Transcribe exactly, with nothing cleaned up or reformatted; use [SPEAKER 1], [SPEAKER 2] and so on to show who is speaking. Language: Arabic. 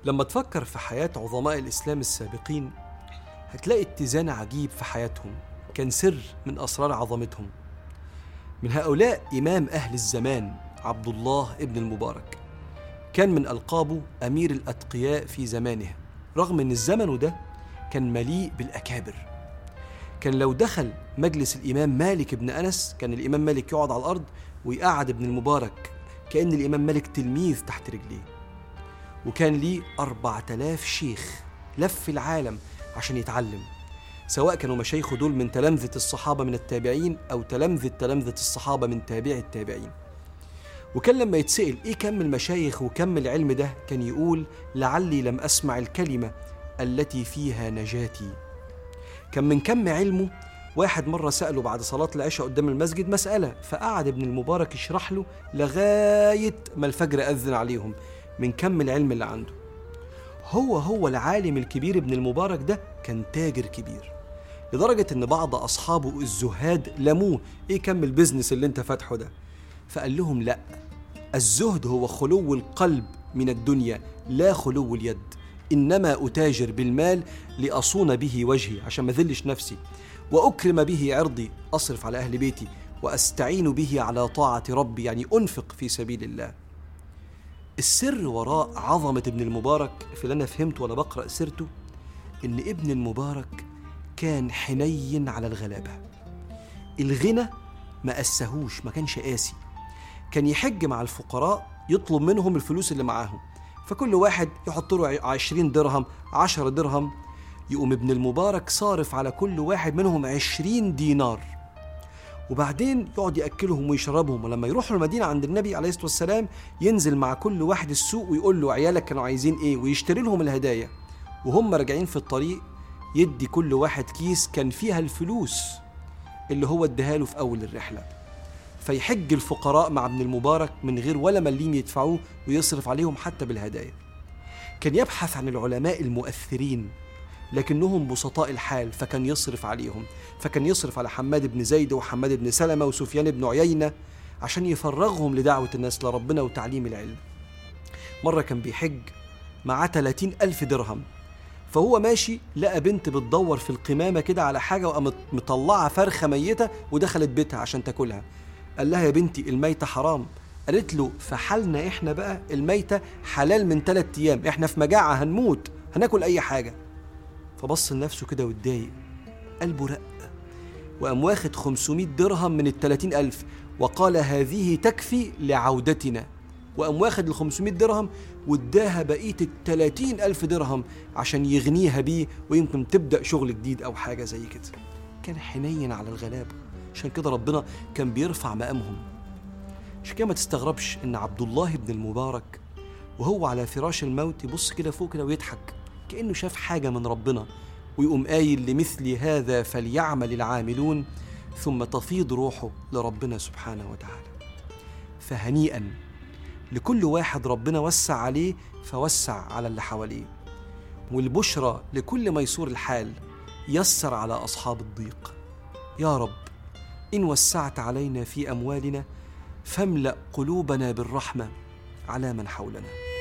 [SPEAKER 1] لما تفكر في حياة عظماء الإسلام السابقين هتلاقي اتزان عجيب في حياتهم كان سر من أسرار عظمتهم. من هؤلاء إمام أهل الزمان عبد الله ابن المبارك، كان من ألقابه أمير الأتقياء في زمانه، رغم أن الزمن ده كان مليء بالأكابر. كان لو دخل مجلس الإمام مالك بن أنس كان الإمام مالك يقعد على الأرض ويقعد ابن المبارك كأن الإمام مالك تلميذ تحت رجليه. وكان ليه أربعة آلاف شيخ لف العالم عشان يتعلم، سواء كانوا مشايخه دول من تلامذة الصحابة من التابعين أو تلامذة تلامذة الصحابة من تابع التابعين. وكان لما يتسأل إيه كم المشايخ وكم العلم ده كان يقول لعلي لم أسمع الكلمة التي فيها نجاتي. كان من كم علمه واحد مرة سأله بعد صلاة العشاء قدام المسجد مسألة، فقعد ابن المبارك يشرح له لغاية ما الفجر أذن عليهم من كم العلم اللي عنده. هو هو العالم الكبير ابن المبارك ده كان تاجر كبير، لدرجة ان بعض اصحابه الزهاد لموه، ايه كم البزنس اللي انت فاتحه ده؟ فقال لهم لا، الزهد هو خلو القلب من الدنيا لا خلو اليد، انما اتاجر بالمال لاصون به وجهي عشان ما ذلش نفسي، واكرم به عرضي اصرف على اهل بيتي، واستعين به على طاعة ربي يعني انفق في سبيل الله. السر وراء عظمة ابن المبارك في اللي أنا فهمته وأنا بقرأ سيرته إن ابن المبارك كان حنين على الغلابة. الغنى ما أسهوش، ما كانش قاسي، كان يحج مع الفقراء يطلب منهم الفلوس اللي معاهم، فكل واحد يحط له عشرين درهم عشرة درهم، يقوم ابن المبارك صارف على كل واحد منهم عشرين دينار، وبعدين يقعد يأكلهم ويشربهم. ولما يروحوا المدينة عند النبي عليه الصلاة والسلام ينزل مع كل واحد السوق ويقول له عيالك كانوا عايزين ايه ويشتري لهم الهدايا، وهم راجعين في الطريق يدي كل واحد كيس كان فيها الفلوس اللي هو اداها له في أول الرحلة. فيحج الفقراء مع ابن المبارك من غير ولا مليم يدفعوه ويصرف عليهم حتى بالهدايا. كان يبحث عن العلماء المؤثرين لكنهم بسطاء الحال، فكان يصرف عليهم، فكان يصرف على حماد بن زيد وحماد بن سلمة وسفيان بن عيينة عشان يفرغهم لدعوة الناس لربنا وتعليم العلم. مرة كان بيحج مع ثلاثين ألف درهم، فهو ماشي لقى بنت بتدور في القمامة كده على حاجة وقامت مطلعة فرخة ميتة ودخلت بيتها عشان تاكلها. قال لها يا بنتي الميتة حرام. قالت له فحالنا احنا بقى الميتة حلال من ثلاث ايام، احنا في مجاعة هنموت هناكل اي حاجة. فبص لنفسه كده واتضايق، قلبه رق، وقام واخد خمسمائة درهم من الثلاثين ألف وقال هذه تكفي لعودتنا، وقام واخد الخمسمائة درهم واداها بقية الثلاثين ألف درهم عشان يغنيها بيه ويمكن تبدأ شغل جديد أو حاجة زي كده. كان حنين على الغلابة، عشان كده ربنا كان بيرفع مقامهم. عشان كده ما تستغربش إن عبد الله بن المبارك وهو على فراش الموت يبص كده فوق كده ويضحك كأنه شاف حاجة من ربنا، ويقوم قايل لمثل هذا فليعمل العاملون، ثم تفيض روحه لربنا سبحانه وتعالى. فهنيئا لكل واحد ربنا وسع عليه فوسع على اللي حواليه، والبشرى لكل ميسور الحال يسر على أصحاب الضيق. يا رب إن وسعت علينا في أموالنا فاملأ قلوبنا بالرحمة على من حولنا.